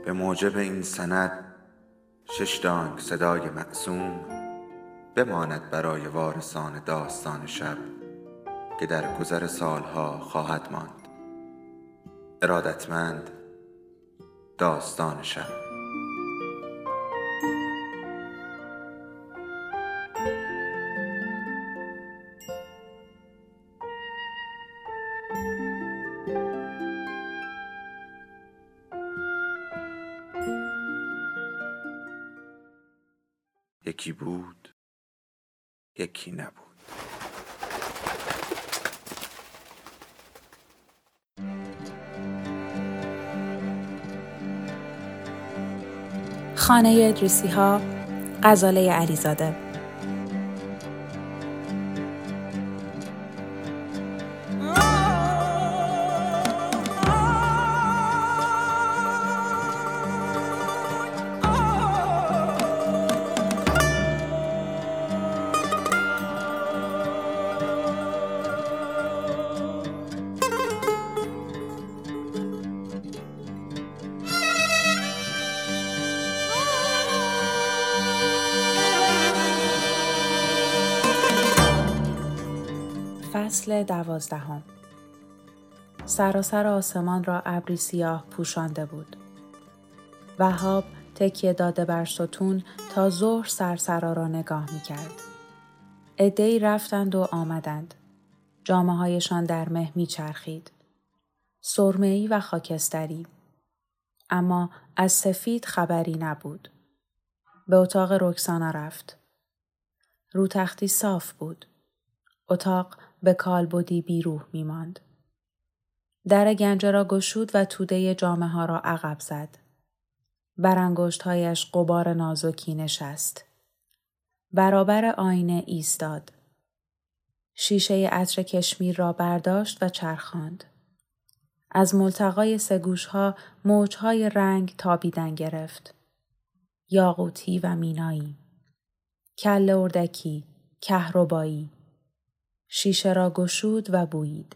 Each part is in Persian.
به موجب این سند 6 دانگ صدای معصوم بماند برای وارثان داستان شب که در گذر سالها خواهد ماند. ارادتمند، داستان شب. یکی بود، یکی نبود. خانه ادریسی‌ها، غزاله علیزاده. فصل 12. سراسر آسمان را ابری سیاه پوشانده بود. وهاب تکیه داده بر ستون تا ظهر سرسرا را نگاه می کرد. عده‌ای رفتند و آمدند. جامه‌هایشان در مه می چرخید. سرمه‌ای و خاکستری. اما از سفید خبری نبود. به اتاق رکسانا رفت. رو تختی صاف بود. اتاق به کالبدی بیروح می ماند. در گنجه را گشود و توده جامه ها را عقب زد. بر انگشت‌هایش غبار نازکی نشست. برابر آینه ایستاد. شیشه عطر کشمیر را برداشت و چرخاند. از ملتقای سگوش‌ها موج‌های رنگ تابیدن گرفت. یاقوتی و مینایی. کله اردکی، کهربایی. شیشه را گشود و بویید.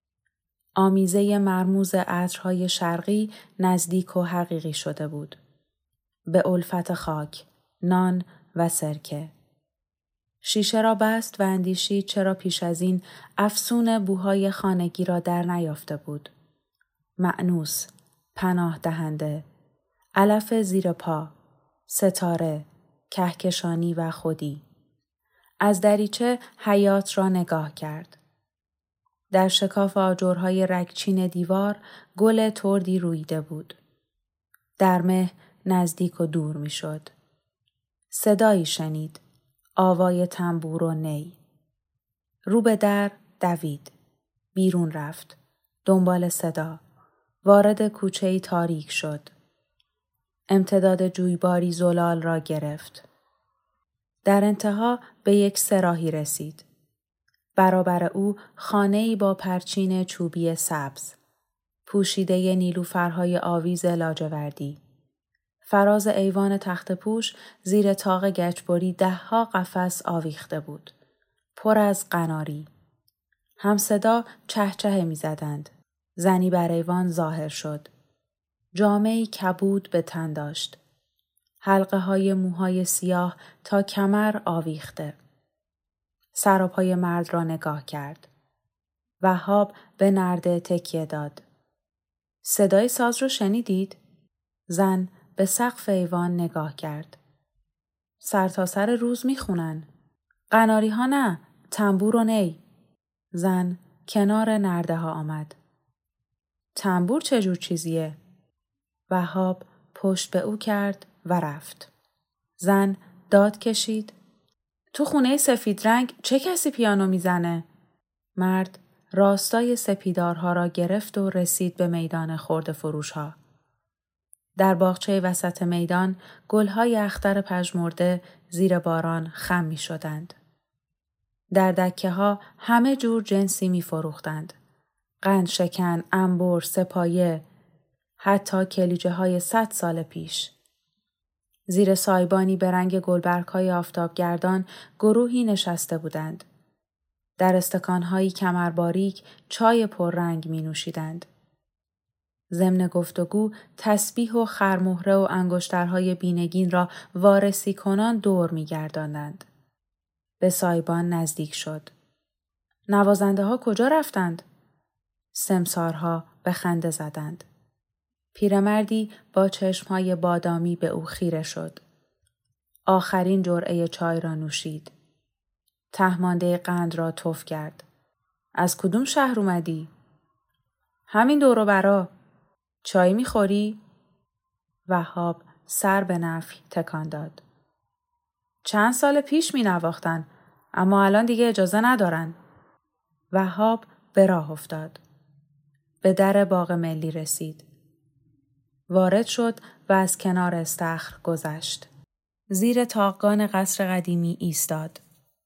آمیزه مرموز عطرهای شرقی نزدیک و حقیقی شده بود. به الفت خاک، نان و سرکه. شیشه را بست و اندیشید چرا پیش از این افسون بوهای خانگی را در نیافته بود. مأنوس، پناه دهنده، علف زیر پا، ستاره، کهکشانی و خودی. از دریچه حیاط را نگاه کرد. در شکاف آجرهای رگچین دیوار گل تردی رویده بود. در مه نزدیک و دور می شد. صدایی شنید. آوای تنبور و نی. رو به در دوید. بیرون رفت. دنبال صدا. وارد کوچه‌ای تاریک شد. امتداد جویباری زلال را گرفت. در انتها به یک سراحی رسید. برابر او خانه‌ای با پرچین چوبی سبز. پوشیده نیلوفرهای آویز لاجوردی. فراز ایوان تخت پوش زیر طاق گچبری 10 قفس آویخته بود. پر از قناری. همصدا چهچه می زدند. زنی بر ایوان ظاهر شد. جامه‌ای کبود به تن داشت. حلقه های موهای سیاه تا کمر آویخته. سراپای مرد را نگاه کرد. وهاب به نرده تکیه داد. صدای ساز رو شنیدید؟ زن به سقف ایوان نگاه کرد. سرتاسر روز میخونن. قناری ها نه، تنبور و نی. زن کنار نرده ها آمد. تنبور چجور چیزیه؟ وهاب پشت به او کرد و رفت. زن داد کشید. تو خونه سفید رنگ چه کسی پیانو میزنه؟ مرد راستای سپیدارها را گرفت و رسید به میدان خرده فروشها. در باغچه وسط میدان گلهای اختر پژمرده زیر باران خم می شدند. در دکه ها همه جور جنسی می فروختند. قند شکن، انبر، سپایه، حتی کلیجه های 100 سال پیش. زیر سایبانی به رنگ گلبرگ‌های آفتابگردان گروهی نشسته بودند. در استکان‌هایی کمرباریک چای پررنگ می نوشیدند. ضمن گفتگو تسبیح و خرمهره و انگشترهای بینگین را وارسی کنان دور می‌گرداندند. به سایبان نزدیک شد. نوازنده ها کجا رفتند؟ سمسارها به خنده زدند. پیرمردی با چشمهای بادامی به او خیره شد. آخرین جرعه چای را نوشید. تهمانده قند را تف کرد. از کدوم شهر اومدی؟ همین دور و برا. چای میخوری؟ وهاب سر به نفی تکان داد. چند سال پیش می نواختن، اما الان دیگه اجازه ندارن. وهاب به راه افتاد. به در باغ ملی رسید. وارد شد و از کنار استخر گذشت. زیر طاقگان قصر قدیمی ایستاد.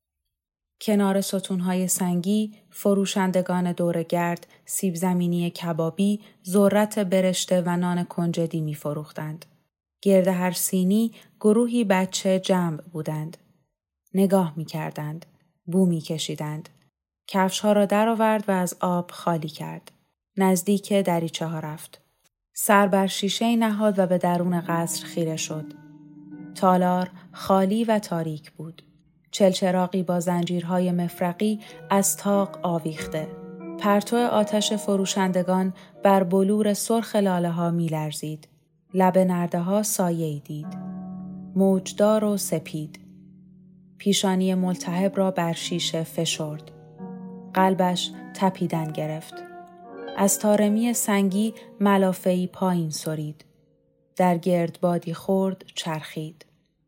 کنار ستونهای سنگی، فروشندگان دورگرد، سیب زمینی کبابی، ذرت برشته و نان کنجدی می فروختند. گرد هر سینی گروهی بچه جمع بودند. نگاه می کردند. بو می کشیدند. کفشها را در آورد و از آب خالی کرد. نزدیک دریچه ها رفت. سر بر شیشه نهاد و به درون قصر خیره شد. تالار خالی و تاریک بود. چلچراغی با زنجیرهای مفرقی از طاق آویخته. پرتو آتش فروشندگان بر بلور سرخ لاله ها می لرزید. لب نرده ها سایه‌ای دید. موجدار و سپید. پیشانی ملتهب را بر شیشه فشرد. قلبش تپیدن گرفت. از طارمی سنگی ملافه‌ای پایین سرید. در گردبادی خرد چرخید.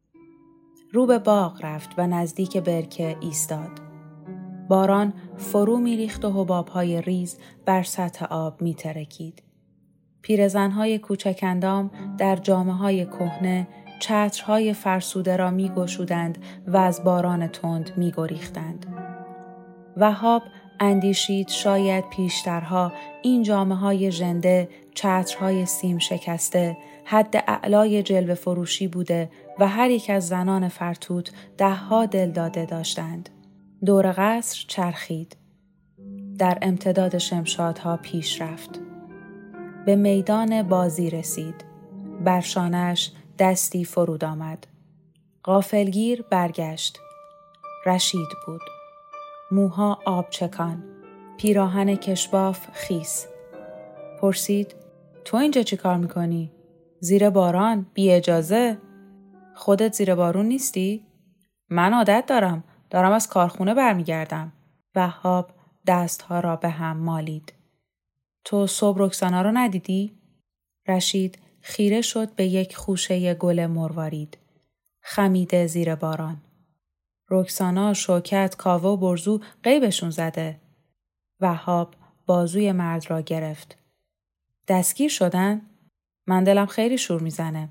رو به باغ رفت و نزدیک برکه ایستاد. باران فرو می‌ریخت و حباب‌های ریز بر سطح آب می‌ترکید. پیرزن‌های کوچک اندام در جامه‌های کهنه چترهای فرسوده را می‌گشودند و از باران تند می‌گریختند. وهاب اندیشید شاید پیشترها این جامه‌های ژنده، چترهای سیم شکسته، حد اعلای جلوه فروشی بوده و هر یک از زنان فرتوت 10 دلداده داشتند. دور قصر چرخید. در امتداد شمشادها پیش رفت. به میدان بازی رسید. بر شانه‌اش دستی فرود آمد. غافلگیر برگشت. رشید بود. موها آب چکان. پیراهن کشباف خیس. پرسید: تو اینجا چی کار میکنی؟ زیر باران بی اجازه؟ خودت زیر بارون نیستی؟ من عادت دارم از کارخونه برمیگردم. وهاب دستها را به هم مالید. تو صبح رکسانا رو ندیدی؟ رشید خیره شد به یک خوشه گل مروارید. خمیده زیر باران. رکسانا، شوکت، کاوه و برزو غیبشون زده. وهاب بازوی مرد را گرفت. دستگیر شدن؟ من دلم خیلی شور میزنه.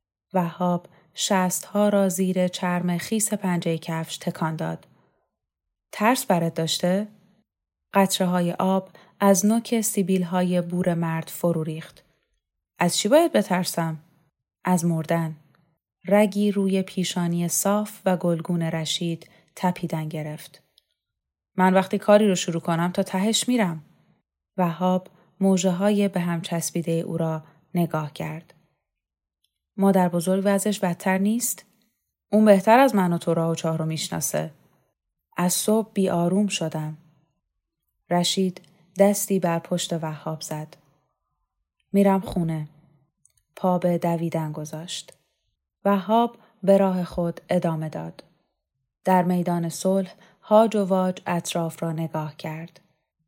وهاب شستها را زیر چرم خیس پنجه کفش تکان داد. ترس برات داشته؟ قطره های آب از نوک سیبیل های بور مرد فرو ریخت. از چی باید بترسم؟ از مردن. رگی روی پیشانی صاف و گلگون رشید تپیدن گرفت. من وقتی کاری رو شروع کنم تا تهش میرم. وهاب موجه های به هم چسبیده او را نگاه کرد. مادر بزرگ وضعش بدتر نیست؟ اون بهتر از من و تو راه و چاه رو میشناسه. از صبح بی آروم شدم. رشید دستی بر پشت وهاب زد. میرم خونه. پا به دویدن گذاشت. وهاب به راه خود ادامه داد. در میدان صلح هاج و واج اطراف را نگاه کرد.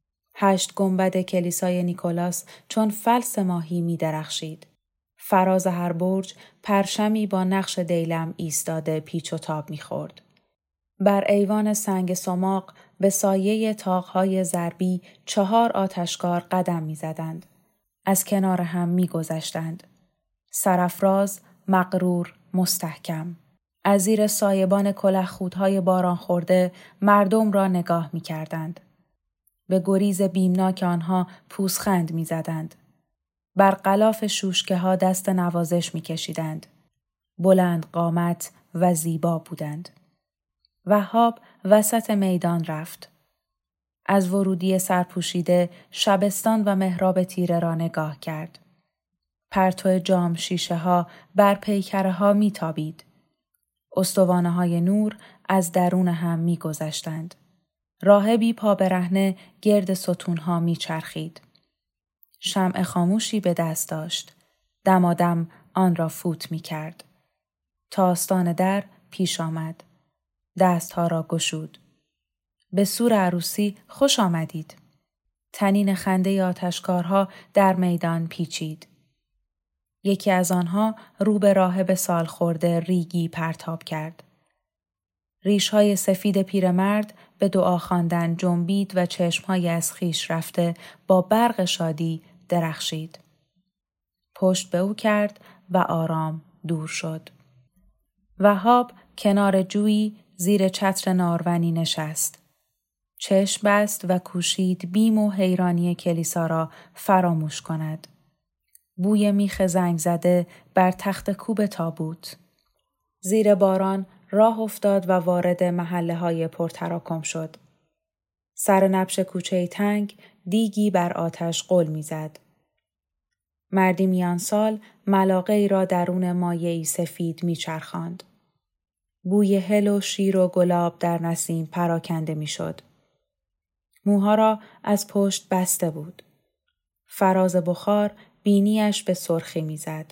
8 گنبد کلیسای نیکولاس چون فلس ماهی می درخشید. فراز هر برج پرشمی با نقش دیلم ایستاده پیچ و تاب می خورد. بر ایوان سنگ سماق به سایه طاقهای ضربی 4 آتشکار قدم می زدند. از کنار هم می گذشتند. سرافراز، مغرور، مستحکم. از زیر سایبان کلهخودهای باران خورده مردم را نگاه می کردند. به گریز بیمناک آنها پوزخند می زدند. بر غلاف شوشکه ها دست نوازش می کشیدند. بلند قامت و زیبا بودند. وهاب وسط میدان رفت. از ورودی سرپوشیده شبستان و محراب تیره را نگاه کرد. پرتو جام شیشه ها بر پیکره ها می تابید. استوانه های نور از درون هم می گذشتند. راهبی پا برهنه گرد ستون ها می چرخید. شمع خاموشی به دست داشت. دمادم آن را فوت می کرد. تا آستان در پیش آمد. دستها را گشود. به سور عروسی خوش آمدید. طنین خنده آتشکارها در میدان پیچید. یکی از آنها رو به راهب سال خورده ریگی پرتاب کرد. ریش‌های سفید پیرمرد به دعا خواندن جنبید و چشم‌های از خویش رفته با برق شادی درخشید. پشت به او کرد و آرام دور شد. وهاب کنار جویی زیر چتر نارونی نشست. چشم بست و کوشید بیم و حیرانی کلیسا را فراموش کند. بوی میخ زنگ زده بر تخت کوب تابوت. زیر باران راه افتاد و وارد محله های پرتراکم شد. سر نبش کوچه تنگ دیگی بر آتش غل میزد. مردی میان سال ملاقه ای را درون مایعی سفید میچرخاند. بوی هل و شیر و گلاب در نسیم پراکنده میشد. موها را از پشت بسته بود. فراز بخار بینیش به سرخی میزد.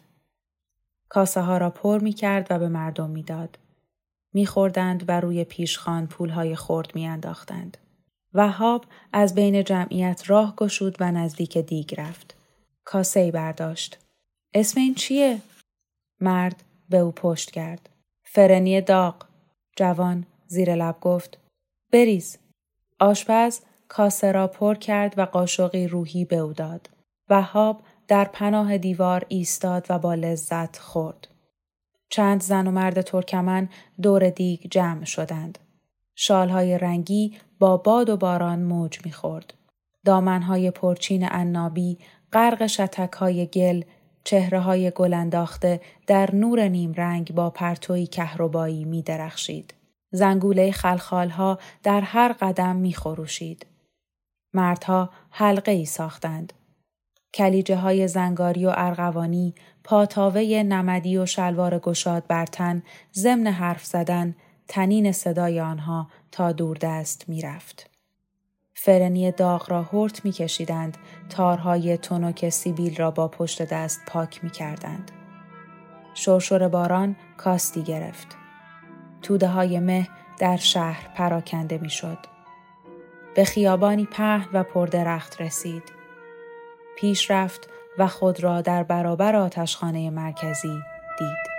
کاسه ها را پر می کرد و به مردم می داد. می خوردند و روی پیشخوان پولهای خرد می انداختند. وهاب از بین جمعیت راه گشود و نزدیک دیگ رفت. کاسه‌ای برداشت. اسم این چیه؟ مرد به او پشت کرد. فرنی داغ. جوان زیر لب گفت. بریز. آشپز کاسه را پر کرد و قاشقی روحی به او داد. وهاب در پناه دیوار ایستاد و با لذت خورد. چند زن و مرد ترکمن دور دیگ جمع شدند. شالهای رنگی با باد و باران موج می‌خورد. دامنهای پرچین عنابی، غرق شتک‌های گل، چهره‌های گل انداخته در نور نیم رنگ با پرتویی کهربایی می‌درخشید. زنگوله خلخال‌ها در هر قدم می‌خروشید. مردها حلقه‌ای ساختند. کلیجه های زنگاری و ارغوانی، پاتاوه نمدی و شلوار گشاد بر تن، ضمن حرف زدن، طنین صدای آنها تا دوردست می رفت. فرنی داغ را هرت می کشیدند، تارهای تنک سیبیل را با پشت دست پاک می کردند. شرشر باران کاستی گرفت. توده های مه در شهر پراکنده می شد. به خیابانی پهن و پردرخت رسید. پیش رفت و خود را در برابر آتشخانه مرکزی دید.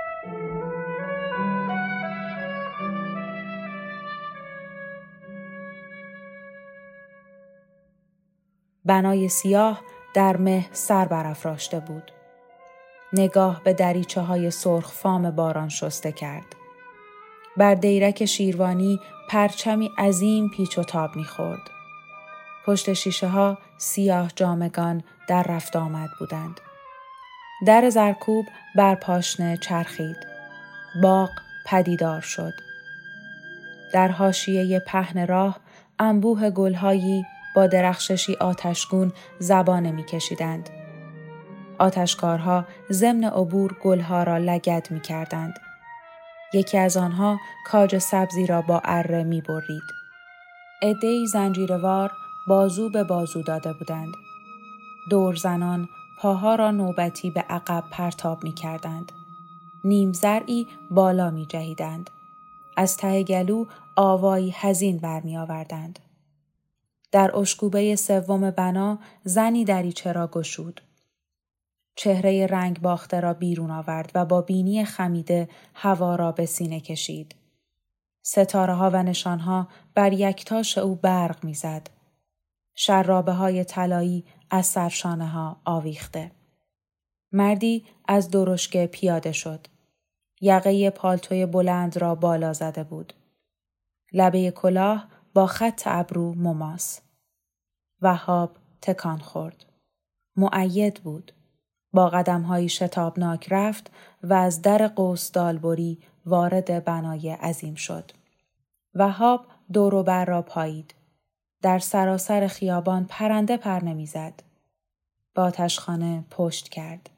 بنای سیاه در مه سر برافراشته بود. نگاه به دریچه های سرخ فام باران شسته کرد. بر دیرک شیروانی پرچمی عظیم پیچ و تاب می‌خورد. پشت شیشه ها سیاه جامگان در رفت آمد بودند. در زرکوب بر پاشنه چرخید. باغ پدیدار شد. در حاشیه پهن راه انبوه گلهایی با درخششی آتشگون زبانه می کشیدند. آتشکارها ضمن عبور گلها را لگد می کردند. یکی از آنها کاج سبزی را با اره می برید. عده‌ای زنجیروار بازو به بازو داده بودند. دور زنان پاها را نوبتی به عقب پرتاب می کردند. نیم زرعی بالا می جهیدند. از ته گلو آوایی حزین برمی آوردند. در اشکوبه سوم بنا زنی دریچه را گشود. چهره رنگ باخته را بیرون آورد و با بینی خمیده هوا را به سینه کشید. ستاره ها و نشان ها بر یکتاش او برق می زد. شرابه های طلایی از سرشانه ها آویخته. مردی از درشکه پیاده شد. یقه پالتوی بلند را بالا زده بود. لبه کلاه با خط ابرو مماس. وهاب تکان خورد. مؤید بود. با قدم‌های شتابناک رفت و از در قوس دالبری وارد بنای عظیم شد. وهاب دور و بر را پایید. در سراسر خیابان پرنده پر نمیزد. به آتشخانه پشت کرد.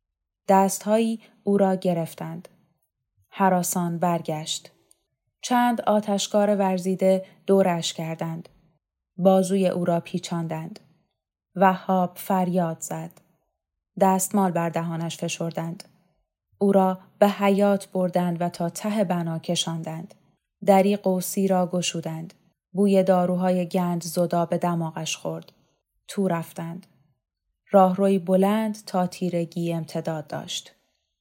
دستهایی او را گرفتند. هراسان برگشت. چند آتشکار ورزیده دورش کردند. بازوی او را پیچاندند. وهاب فریاد زد. دستمال بر دهانش فشردند. او را به حیاط بردند و تا ته بنا کشاندند. دری قوسی را گشودند. بوی داروهای گندزدا به دماغش خورد. تو رفتند. راهروی بلند تا تیرگی امتداد داشت.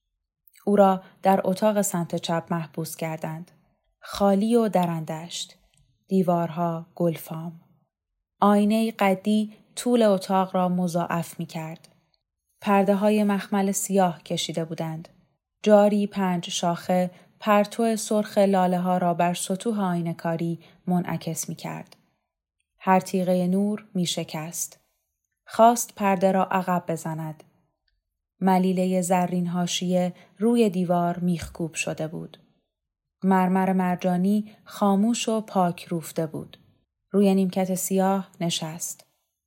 او را در اتاق سمت چپ محبوس کردند. خالی و درندشت. دیوارها گلفام. آینه قدی طول اتاق را مضاعف می کرد. پرده های مخمل سیاه کشیده بودند. جاری 5 شاخه پرتو سرخ لاله ها را بر سطوح آینه‌کاری منعکس می کرد. هر تیغه نور می شکست. خواست پرده را عقب بزند. ملیله زرین حاشیه روی دیوار میخکوب شده بود. مرمر مرجانی خاموش و پاک روفته بود. روی نیمکت سیاه نشست.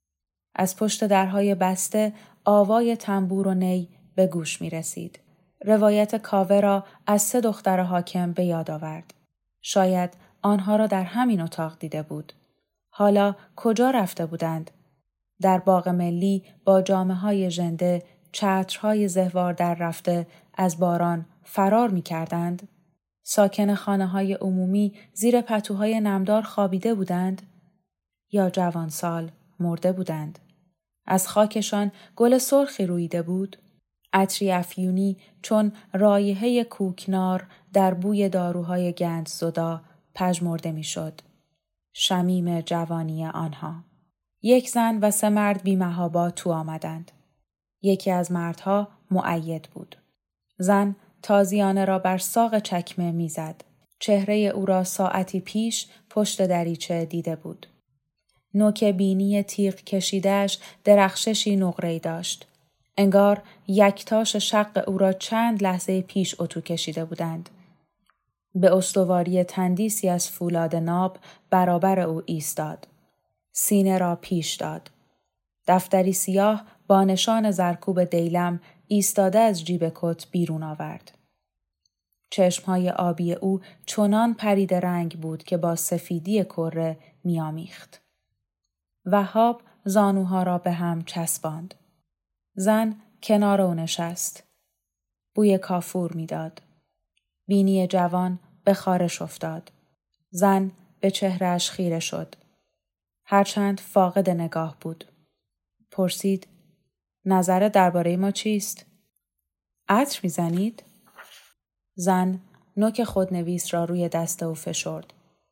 از پشت درهای بسته آوای تنبور و نی به گوش می رسید. روایت کاوه را از 3 دختر حاکم به یاد آورد. شاید آنها را در همین اتاق دیده بود. حالا کجا رفته بودند؟ در باغ ملی با جامه‌های ژنده، چترهای زهوار در رفته از باران فرار می کردند؟ ساکن خانه‌های عمومی زیر پتوهای نمدار خوابیده بودند؟ یا جوانسال مرده بودند؟ از خاکشان گل سرخی رویده بود؟ عطری افیونی چون رایحه کوکنار در بوی داروهای گندزدا پژمرده می‌شد. شمیم جوانی آنها. 1 زن و 3 مرد بی‌محابا تو آمدند. یکی از مردها مؤید بود. زن تازیانه را بر ساق چکمه میزد. چهره او را ساعتی پیش پشت دریچه دیده بود. نوک بینی تیغ کشیده‌اش درخششی نقره‌ای داشت. انگار یکتاش شق او را چند لحظه پیش اتو کشیده بودند. به استواری تندیسی از فولاد ناب برابر او ایستاد. سینه را پیش داد. دفتری سیاه با نشان زرکوب دیلم ایستاده از جیب کت بیرون آورد. چشمهای آبی او چنان پرید رنگ بود که با سفیدی کره می‌آمیخت. وهاب زانوها را به هم چسباند. زن کنار او نشست. بوی کافور میداد. بینی جوان به خارش افتاد. زن به چهرهش خیره شد. هرچند فاقد نگاه بود. پرسید: نظر درباره ما چیست؟ عطر میزنید؟ زن نوک خودنویس را روی دست او فشرد.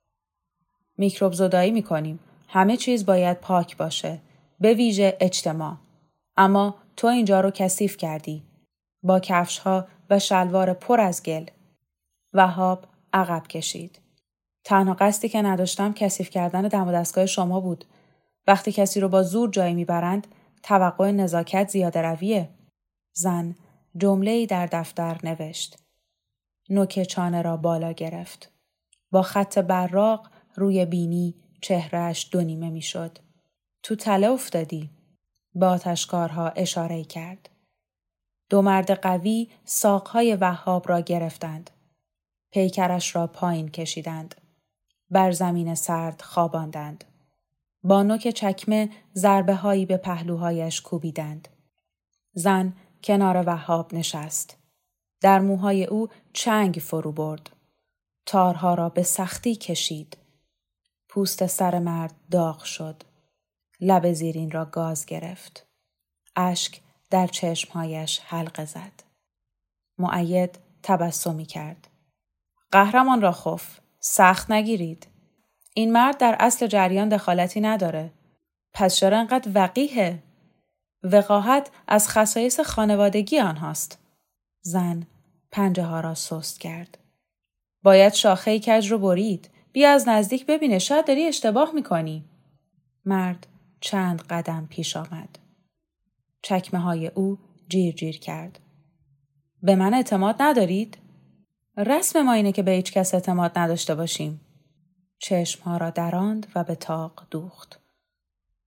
میکروب زدایی میکنیم. همه چیز باید پاک باشه. به ویژه اجتماع. اما تو اینجا رو کثیف کردی. با کفش‌ها و شلوار پر از گل. وهاب عقب کشید. تنها قصدی که نداشتم کثیف کردن دم و دستگاه شما بود. وقتی کسی رو با زور جایی میبرند، توقع نزاکت زیاده رویه. زن جمله‌ای در دفتر نوشت. نوک چانه را بالا گرفت. با خط براق روی بینی چهرهش 2 نیمه میشد. تو تله افتادی. با آتشکارها اشاره کرد. 2 مرد قوی ساقهای وهاب را گرفتند. پیکرش را پایین کشیدند. بر زمین سرد خواباندند. با نوک چکمه ضربه هایی به پهلوهایش کوبیدند. زن کنار وهاب نشست. در موهای او چنگ فرو برد. تارها را به سختی کشید. پوست سر مرد داغ شد. لب زیرین را گاز گرفت. اشک در چشمهایش حلقه زد. مؤید تبسمی کرد. قهرمان را خف. سخت نگیرید. این مرد در اصل جریان دخالتی نداره. پس چرا انقدر وقیحه؟ وقاحت از خصایص خانوادگی آنهاست. زن پنجه ها را سست کرد. باید شاخه کج رو برید. بیا از نزدیک ببینه، شاید داری اشتباه میکنی. مرد چند قدم پیش آمد. چکمه های او جیر جیر کرد. به من اعتماد ندارید؟ رسم ما اینه که به هیچ کس اعتماد نداشته باشیم. چشمها را دراند و به طاق دوخت.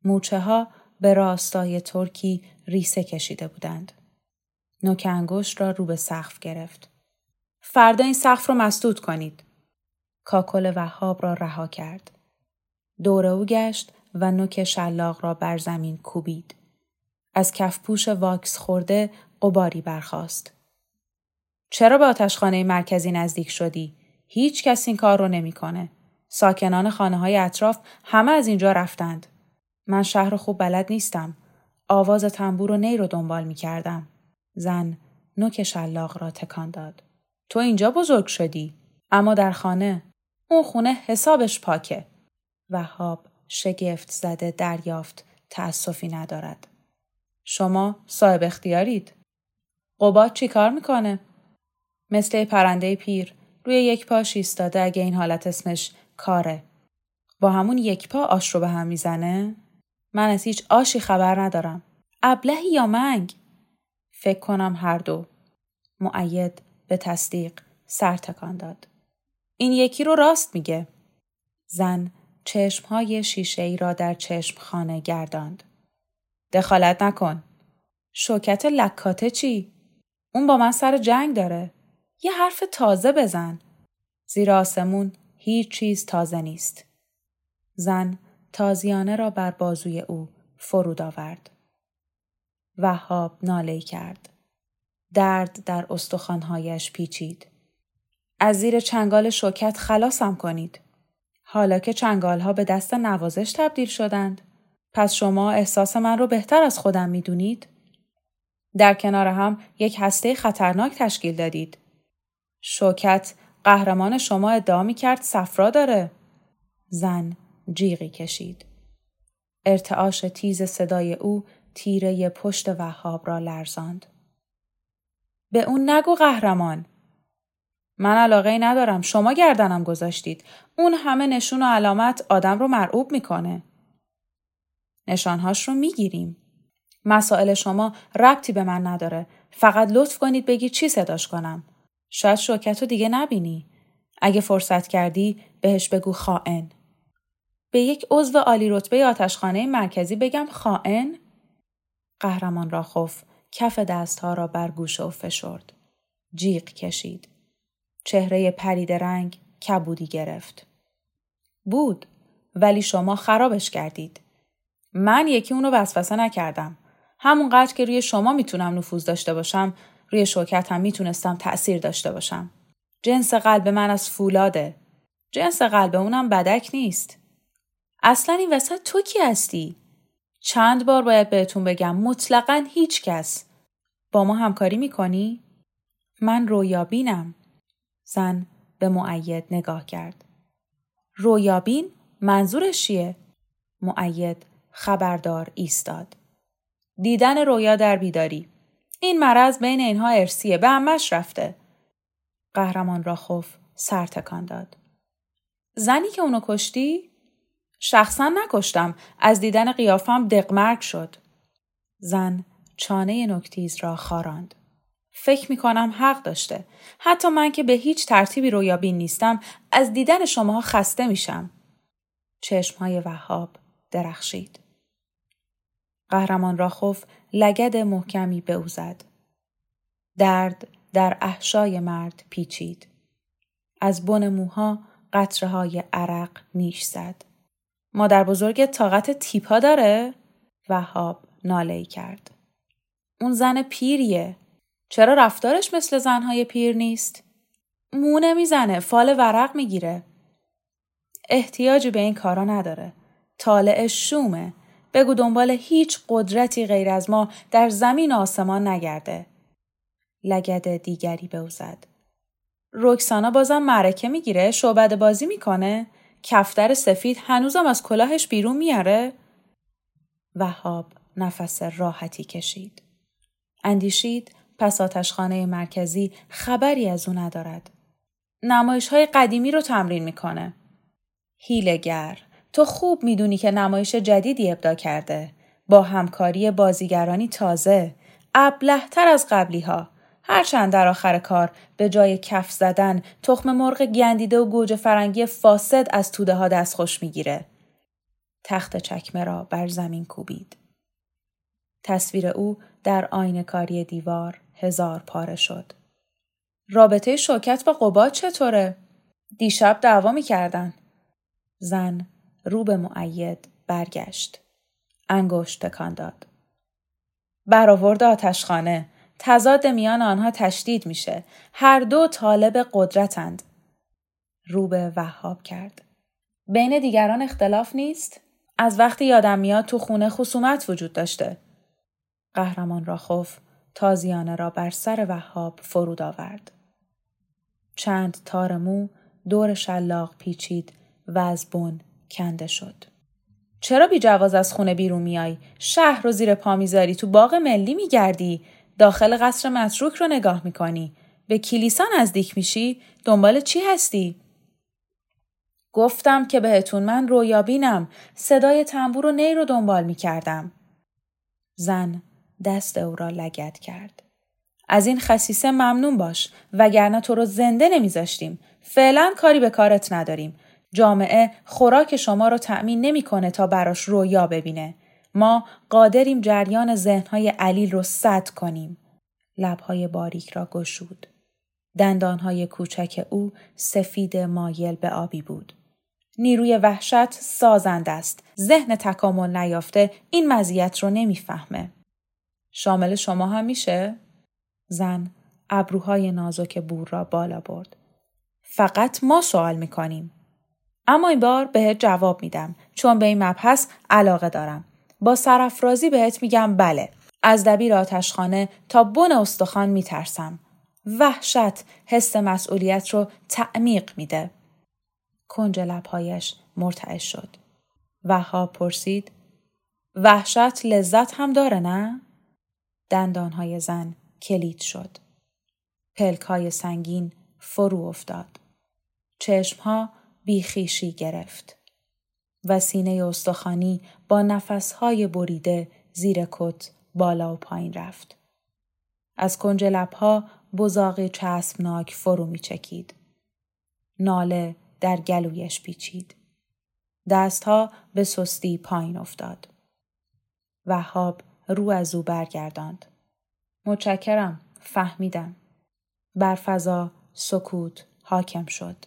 مورچه ها به راستای ترکی ریسه کشیده بودند. نوک انگشت را رو به سقف گرفت. فردا این سقف رو مسدود کنید. کاکل وهاب را رها کرد. دور او گشت و نوک شلاق را بر زمین کوبید. از کفپوش واکس خورده غباری برخاست. چرا به آتشخانه مرکزی نزدیک شدی؟ هیچ کس این کار رو نمی‌کنه. ساکنان خانه‌های اطراف همه از اینجا رفتند. من شهر خوب بلد نیستم. آواز تنبور و نی رو دنبال می‌کردم. زن نوک شلاق را تکان داد. تو اینجا بزرگ شدی، اما در خانه. اون خونه حسابش پاکه. وهاب شگفت زده دریافت تأسفی ندارد. شما صاحب اختیارید. قباد چی کار میکنه؟ مثل پرنده پیر روی یک پاش ایستاده اگه این حالت اسمش کاره. با همون یک پا آش رو به هم میزنه؟ من از هیچ آشی خبر ندارم. ابلهی یا منگ؟ فکر کنم هر دو. مؤید به تصدیق سر تکان داد. این یکی رو راست میگه. زن چشمهای شیشه‌ای را در چشمخانه گرداند. دخالت نکن. شوکت لکاته چی؟ اون با من سر جنگ داره. یه حرف تازه بزن. زیر آسمون هیچ چیز تازه نیست. زن تازیانه را بر بازوی او فرود آورد. وهاب ناله‌ای کرد. درد در استخوان‌هایش پیچید. از زیر چنگال شوکت خلاصم کنید. حالا که چنگال‌ها به دست نوازش تبدیل شدند، پس شما احساس من رو بهتر از خودم می‌دونید؟ در کنار هم یک هسته خطرناک تشکیل دادید. شوکت قهرمان شما ادعا می‌کرد صفرا داره. زن جیغی کشید. ارتعاش تیز صدای او تیره پشت وهاب را لرزاند. به اون نگو قهرمان. من علاقه‌ای ندارم. شما گردنم گذاشتید. اون همه نشون و علامت آدم رو مرعوب میکنه. نشانهاش رو میگیریم. مسائل شما ربطی به من نداره. فقط لطف کنید بگید چی صداش کنم. شاید شوکت رو دیگه نبینی. اگه فرصت کردی بهش بگو خائن. به یک عضو عالی رتبه آتشخانه مرکزی بگم خائن؟ قهرمان راخوف کف دستها را بر گوش او فشرد. جیغ کشید. چهره پریده رنگ کبودی گرفت. بود، ولی شما خرابش کردید. من یکی اونو وسوسه نکردم. همونقدر که روی شما میتونم نفوذ داشته باشم، روی شوکت هم میتونستم تأثیر داشته باشم. جنس قلب من از فولاده. جنس قلب اونم بدک نیست. اصلا این وسط تو کی هستی؟ چند بار باید بهتون بگم مطلقاً هیچ کس. با ما همکاری میکنی؟ من رویابینم. زن به مؤید نگاه کرد. رویابین؟ منظورش چیه؟ مؤید خبردار ایستاد. دیدن رویا در بیداری. این مرض بین اینها ارثیه. به عمش رفته. قهرمان راخوف سر تکان داد. زنی که اونو کشتی؟ شخصا نکشتم. از دیدن قیافم دقمرگ شد. زن چانه نوک‌تیز را خاراند. فکر میکنم حق داشته. حتی من که به هیچ ترتیبی رویابین نیستم از دیدن شماها خسته میشم. چشمهای وهاب درخشید. قهرمان راخوف لگد محکمی به او زد. درد در احشای مرد پیچید. از بن موها قطره‌های عرق نیش زد. مادر بزرگت طاقت تیپا داره؟ وهاب ناله‌ای کرد. اون زن پیریه. چرا رفتارش مثل زنهای پیر نیست؟ مو نمیزنه، فال ورق میگیره. احتیاجی به این کارا نداره. طالعش شومه. بگو دنبال هیچ قدرتی غیر از ما در زمین و آسمان نگرده. لگد دیگری به او زد. رکسانا بازم معرکه میگیره؟ شعبده بازی میکنه؟ کفتر سفید هنوزم از کلاهش بیرون میاره؟ وهاب نفس راحتی کشید. اندیشید پس آتشخانه مرکزی خبری از او ندارد. نمایش‌های قدیمی رو تمرین میکنه. هیله‌گر، تو خوب میدونی که نمایش جدیدی ابداع کرده. با همکاری بازیگرانی تازه، ابله‌تر از قبلی‌ها. هرچند در آخر کار به جای کف زدن تخم مرغ گندیده و گوجه فرنگی فاسد از توده ها دستخوش میگیره. تخت چکمه را بر زمین کوبید. تصویر او در آینه‌کاری دیوار 1000 پاره شد. رابطه شوکت با قباد چطوره؟ دیشب دعوا می‌کردن. زن رو به مؤید برگشت. انگشت تکان داد. برآورد آتشخانه. تضاد میان آنها تشدید میشه. هر دو طالب قدرتند. رو به وهاب کرد. بین دیگران اختلاف نیست؟ از وقتی یادم میاد تو خونه خصومت وجود داشته. قهرمان راخوف تازیانه را بر سر وهاب فرود آورد. چند تار مو دور شلاق پیچید و از بن کنده شد. چرا بی جواز از خونه بیرون میای؟ شهر رو زیر پا میذاری، تو باغ ملی میگردی، داخل قصر متروک رو نگاه میکنی، به کلیسا نزدیک میشی، دنبال چی هستی؟ گفتم که بهتون من رویابینم، صدای تنبور و نی رو دنبال میکردم. زن دست او را لگد کرد. از این خسیسه ممنون باش، وگرنه تو رو زنده نمیذاشتیم. فعلا کاری به کارت نداریم. جامعه خوراک شما رو تأمین نمیکنه تا براش رویا ببینه. ما قادریم جریان ذهنهای علیل رو سد کنیم. لبهای باریک را گشود. دندانهای کوچک او سفید مایل به آبی بود. نیروی وحشت سازنده است. ذهن تکامل نیافته این مزیت رو نمیفهمه. شامل شما هم میشه؟ زن ابروهای نازک بور را بالا برد. فقط ما سوال میکنیم. اما این بار بهت جواب میدم چون به این مبحث علاقه دارم. با سرافرازی بهت میگم بله. از دبیر آتشخانه تا بن استخوان میترسم. وحشت حس مسئولیت رو تعمیق میده. کنج لبهایش مرتعش شد. وهاب پرسید وحشت لذت هم داره نه؟ دندانهای زن کلید شد. پلک‌های سنگین فرو افتاد. چشمها بیخیشی گرفت. و سینه استخوانی با نفسهای بریده زیر کت بالا و پایین رفت. از کنج لبها بزاقی چسبناک فرو می چکید. ناله در گلویش پیچید. دستها به سستی پایین افتاد. وهاب رو از او برگرداند. متشکرم، فهمیدم. بر فضا سکوت حاکم شد.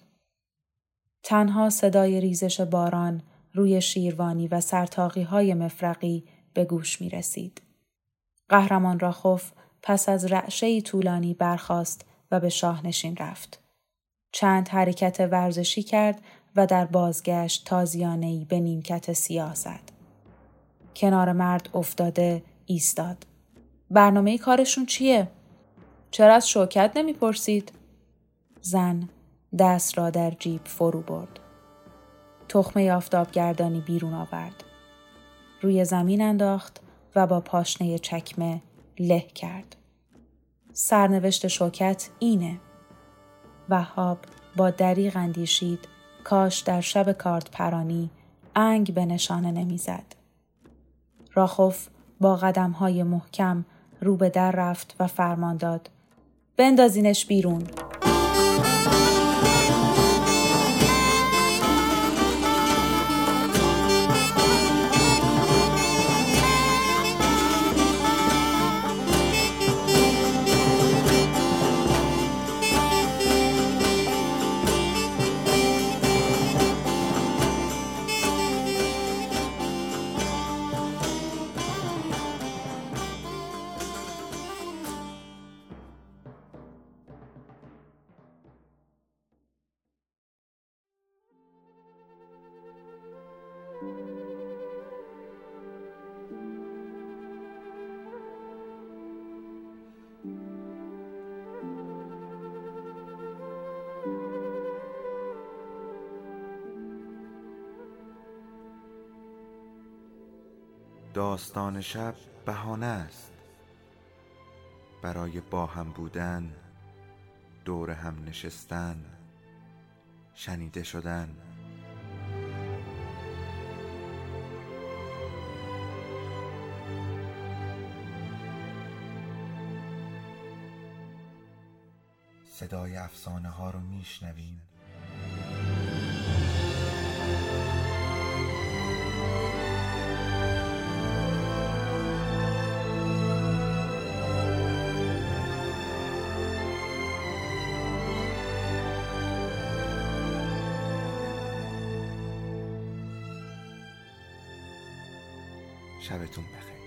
تنها صدای ریزش باران روی شیروانی و سرطاقی‌های مفرقی به گوش می رسید. قهرمان راخوف پس از رعشه‌ای طولانی برخاست و به شاهنشین رفت. چند حرکت ورزشی کرد و در بازگشت تازیانه‌ای به نیمکت سیاه زد. کنار مرد افتاده ایستاد. برنامه کارشون چیه؟ چرا از شوکت نمی‌پرسید؟ زن دست را در جیب فرو برد. تخمه آفتابگردانی بیرون آورد. روی زمین انداخت و با پاشنه چکمه له کرد. سرنوشت شوکت اینه. وهاب با دریغ اندیشید کاش در شب کارت پرانی انگ به نشانه نمیزد. راخوف با قدم‌های محکم رو به در رفت و فرمان داد بندازینش بیرون. داستان شب بهانه است برای با هم بودن، دور هم نشستن، شنیده شدن. صدای افسانه ها رو میشنویم. شبتون بخیر.